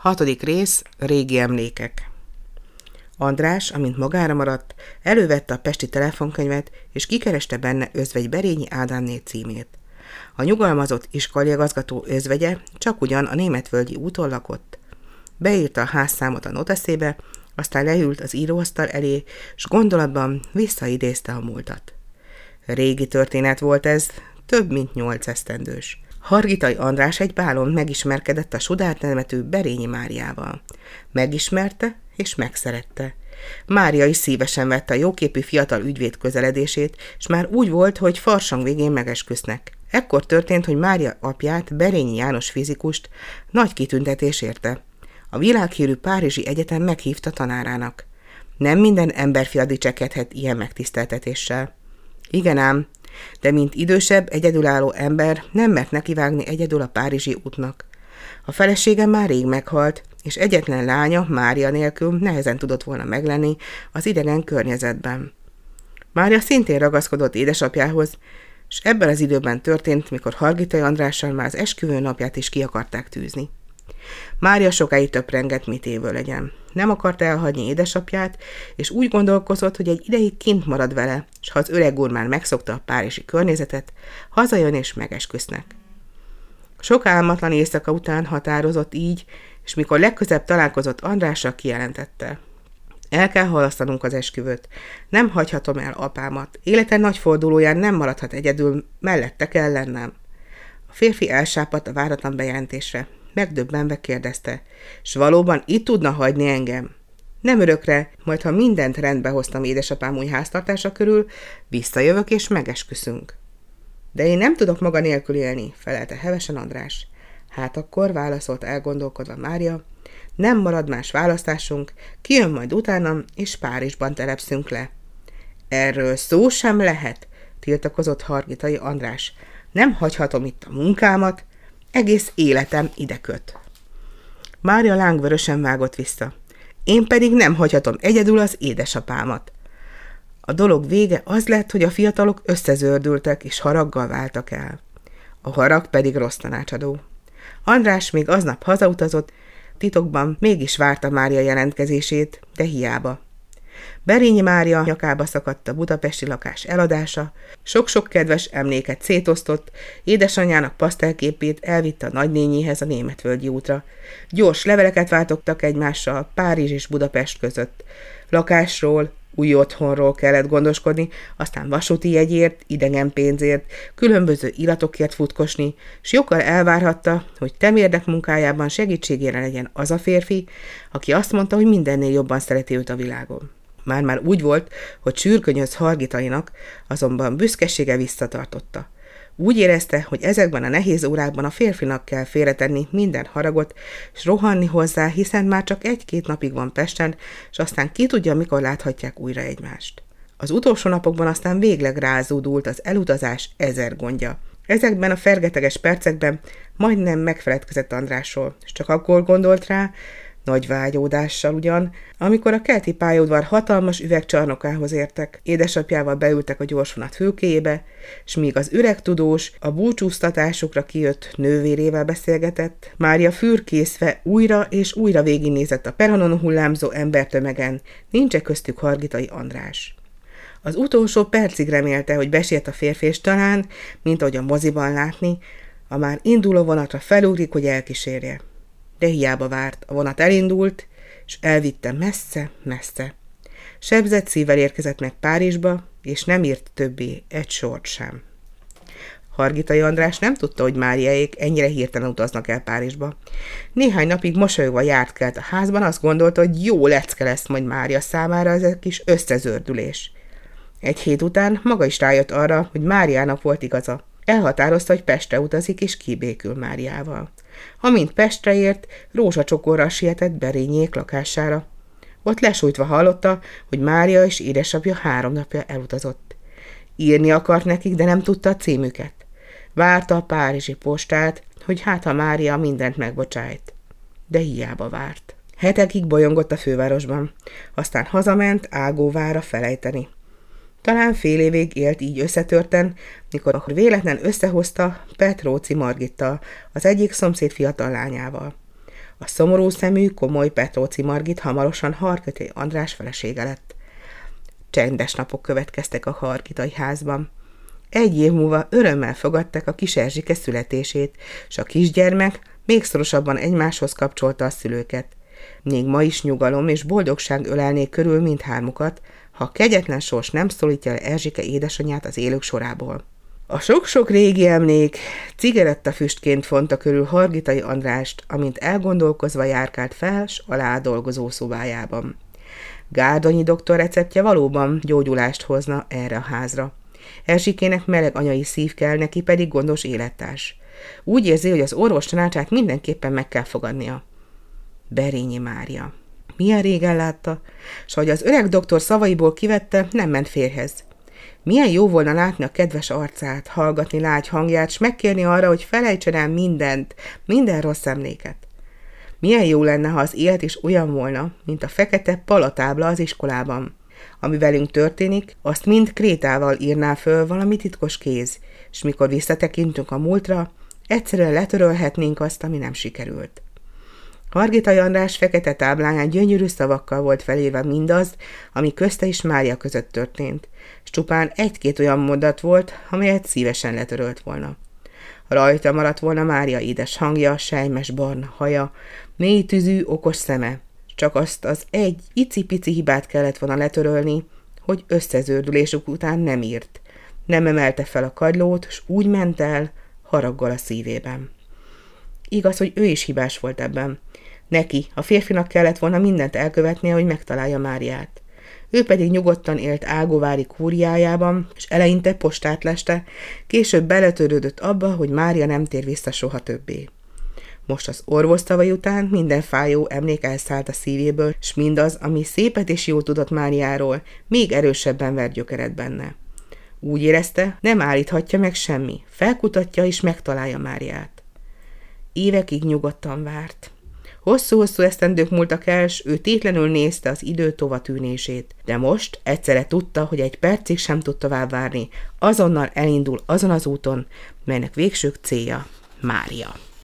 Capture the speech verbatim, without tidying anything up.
Hatodik rész, régi emlékek. András, amint magára maradt, elővette a pesti telefonkönyvet, és kikereste benne Özvegy Berényi Ádámné címét. A nyugalmazott iskolaigazgató özvegye csak ugyan a Németvölgyi úton lakott. Beírta a házszámot a noteszébe, aztán leült az íróasztal elé, s gondolatban visszaidézte a múltat. Régi történet volt ez, több mint nyolc esztendős. Hargitai András egy bálon megismerkedett a Sudárt nemetű Berényi Máriával. Megismerte és megszerette. Mária is szívesen vette a jóképű fiatal ügyvéd közeledését, és már úgy volt, hogy farsang végén megesküsznek. Ekkor történt, hogy Mária apját, Berényi János fizikust nagy kitüntetés érte. A világhírű Párizsi Egyetem meghívta tanárának. Nem minden emberfia dicsekedhet ilyen megtiszteltetéssel. Igen ám, de mint idősebb, egyedülálló ember nem mert nekivágni egyedül a párizsi útnak. A felesége már rég meghalt, és egyetlen lánya, Mária nélkül nehezen tudott volna meglenni az idegen környezetben. Mária szintén ragaszkodott édesapjához, és ebben az időben történt, mikor Hargitai Andrással már az esküvő napját is ki akarták tűzni. Mária sokáig töprengett, mit évő legyen. Nem akarta elhagyni édesapját, és úgy gondolkozott, hogy egy ideig kint marad vele, s ha az öreg úr már megszokta a párizsi környezetet, hazajön és megesküsznek. Sok álmatlan éjszaka után határozott így, és mikor legközebb találkozott Andrással, kijelentette: el kell halasztanunk az esküvőt. Nem hagyhatom el apámat. Élete nagy fordulóján nem maradhat egyedül, mellette kell lennem. A férfi elsápadt a váratlan bejelentésre. Megdöbbenve kérdezte: s valóban itt tudna hagyni engem? Nem örökre, majd ha mindent rendbe hoztam édesapám új háztartása körül, visszajövök és megesküszünk. De én nem tudok maga nélkül élni, felelte hevesen András. Hát akkor, válaszolt elgondolkodva Mária, nem marad más választásunk, kijön majd utánam, és Párizsban telepszünk le. Erről szó sem lehet, tiltakozott Hargitai András. Nem hagyhatom itt a munkámat, egész életem ide köt. Mária lángvörösen vágott vissza. Én pedig nem hagyhatom egyedül az édesapámat. A dolog vége az lett, hogy a fiatalok összezördültek és haraggal váltak el. A harag pedig rossz tanácsadó. András még aznap hazautazott, titokban mégis várta Mária jelentkezését, de hiába. Berényi Mária nyakába szakadt a budapesti lakás eladása, sok-sok kedves emléket szétosztott, édesanyjának pasztelképét elvitte a nagynényéhez a Németvölgyi útra. Gyors leveleket váltottak egymással Párizs és Budapest között. Lakásról, új otthonról kellett gondoskodni, aztán vasúti jegyért, idegen pénzért, különböző iratokért futkosni, s joggal elvárhatta, hogy temérdek munkájában segítségére legyen az a férfi, aki azt mondta, hogy mindennél jobban szereti őt a világon. Már-már úgy volt, hogy sürkönyöz Hargitainak, azonban büszkesége visszatartotta. Úgy érezte, hogy ezekben a nehéz órákban a férfinak kell félretenni minden haragot, s rohanni hozzá, hiszen már csak egy-két napig van Pesten, s aztán ki tudja, mikor láthatják újra egymást. Az utolsó napokban aztán végleg rázódult az elutazás ezer gondja. Ezekben a fergeteges percekben majdnem megfeledkezett Andrásról, és csak akkor gondolt rá, nagy vágyódással ugyan, amikor a keleti pályaudvar hatalmas üvegcsarnokához értek, édesapjával beültek a gyorsvonat fülkéjébe, s míg az öreg tudós a búcsúztatásukra kijött nővérével beszélgetett, Mária fürkészve újra és újra végignézett a peronon hullámzó embertömegen, nincs köztük Hargitai András. Az utolsó percig remélte, hogy besért a férfi, és talán, mint ahogy a moziban látni, a már induló vonatra felugrik, hogy elkísérje. De hiába várt, a vonat elindult, és elvitte messze-messze. Sebzett szívvel érkezett meg Párizsba, és nem írt többé egy sort sem. Hargitai András nem tudta, hogy Máriáék ennyire hirtelen utaznak el Párizsba. Néhány napig mosolyogva járt kelt a házban, azt gondolta, hogy jó lecke lesz majd Mária számára ez a kis összezördülés. Egy hét után maga is rájött arra, hogy Máriának volt igaza. Elhatározta, hogy Pestre utazik, és kibékül Máriával. Amint Pestre ért, rózsacsokorral sietett Berényiék lakására. Ott lesújtva hallotta, hogy Mária és édesapja három napja elutazott. Írni akart nekik, de nem tudta a címüket. Várta a párizsi postát, hogy hát ha Mária mindent megbocsájt. De hiába várt. Hetekig bolyongott a fővárosban, aztán hazament Ágóvára felejteni. Talán fél évig élt így összetörten, mikor véletlen összehozta Petróci Margittal, az egyik szomszéd fiatal lányával. A szomorú szemű, komoly Petróci Margit hamarosan Hargitai András felesége lett. Csendes napok következtek a hargitai házban. Egy év múlva örömmel fogadták a kis Erzsike születését, s a kisgyermek még szorosabban egymáshoz kapcsolta a szülőket. Még ma is nyugalom és boldogság ölelnék körül mindhármukat, ha a kegyetlen sors nem szólítja le Erzsike édesanyját az élők sorából. A sok-sok régi emlék cigarettafüstként fonta körül Hargitai Andrást, amint elgondolkozva járkált fel s alá dolgozó szobájában. Gárdonyi doktor receptje valóban gyógyulást hozna erre a házra. Erzsikének meleg anyai szív kell, neki pedig gondos élettárs. Úgy érzi, hogy az orvos tanácsát mindenképpen meg kell fogadnia. Berényi Mária. Milyen régen látta, s ahogy az öreg doktor szavaiból kivette, nem ment férjhez. Milyen jó volna látni a kedves arcát, hallgatni lágy hangját, s megkérni arra, hogy felejtsen el mindent, minden rossz emléket. Milyen jó lenne, ha az élet is olyan volna, mint a fekete palatábla az iskolában. Ami velünk történik, azt mind krétával írná föl valami titkos kéz, s mikor visszatekintünk a múltra, egyszerűen letörölhetnénk azt, ami nem sikerült. Hargitai András fekete tábláján gyönyörű szavakkal volt felírva mindaz, ami közte és Mária között történt, s csupán egy-két olyan mondat volt, amelyet szívesen letörölt volna. Rajta maradt volna Mária édes hangja, selymes barna haja, mély tüzű, okos szeme. Csak azt az egy icipici hibát kellett volna letörölni, hogy összezördülésük után nem írt. Nem emelte fel a kagylót, s úgy ment el, haraggal a szívében. Igaz, hogy ő is hibás volt ebben. Neki, a férfinak kellett volna mindent elkövetnie, hogy megtalálja Máriát. Ő pedig nyugodtan élt Ágovári kúriájában, és eleinte postát leste, később beletörődött abba, hogy Mária nem tér vissza soha többé. Most az orvos szavai után minden fájó emlék elszállt a szívéből, s mindaz, ami szépet és jót tudott Máriáról, még erősebben vert gyökeret benne. Úgy érezte, nem állíthatja meg semmi, felkutatja és megtalálja Máriát. Évekig nyugodtan várt. Hosszú-hosszú esztendők múltak el, s ő tétlenül nézte az idő tovatűnését. De most egyszerre tudta, hogy egy percig sem tud tovább várni. Azonnal elindul azon az úton, melynek végső célja Mária.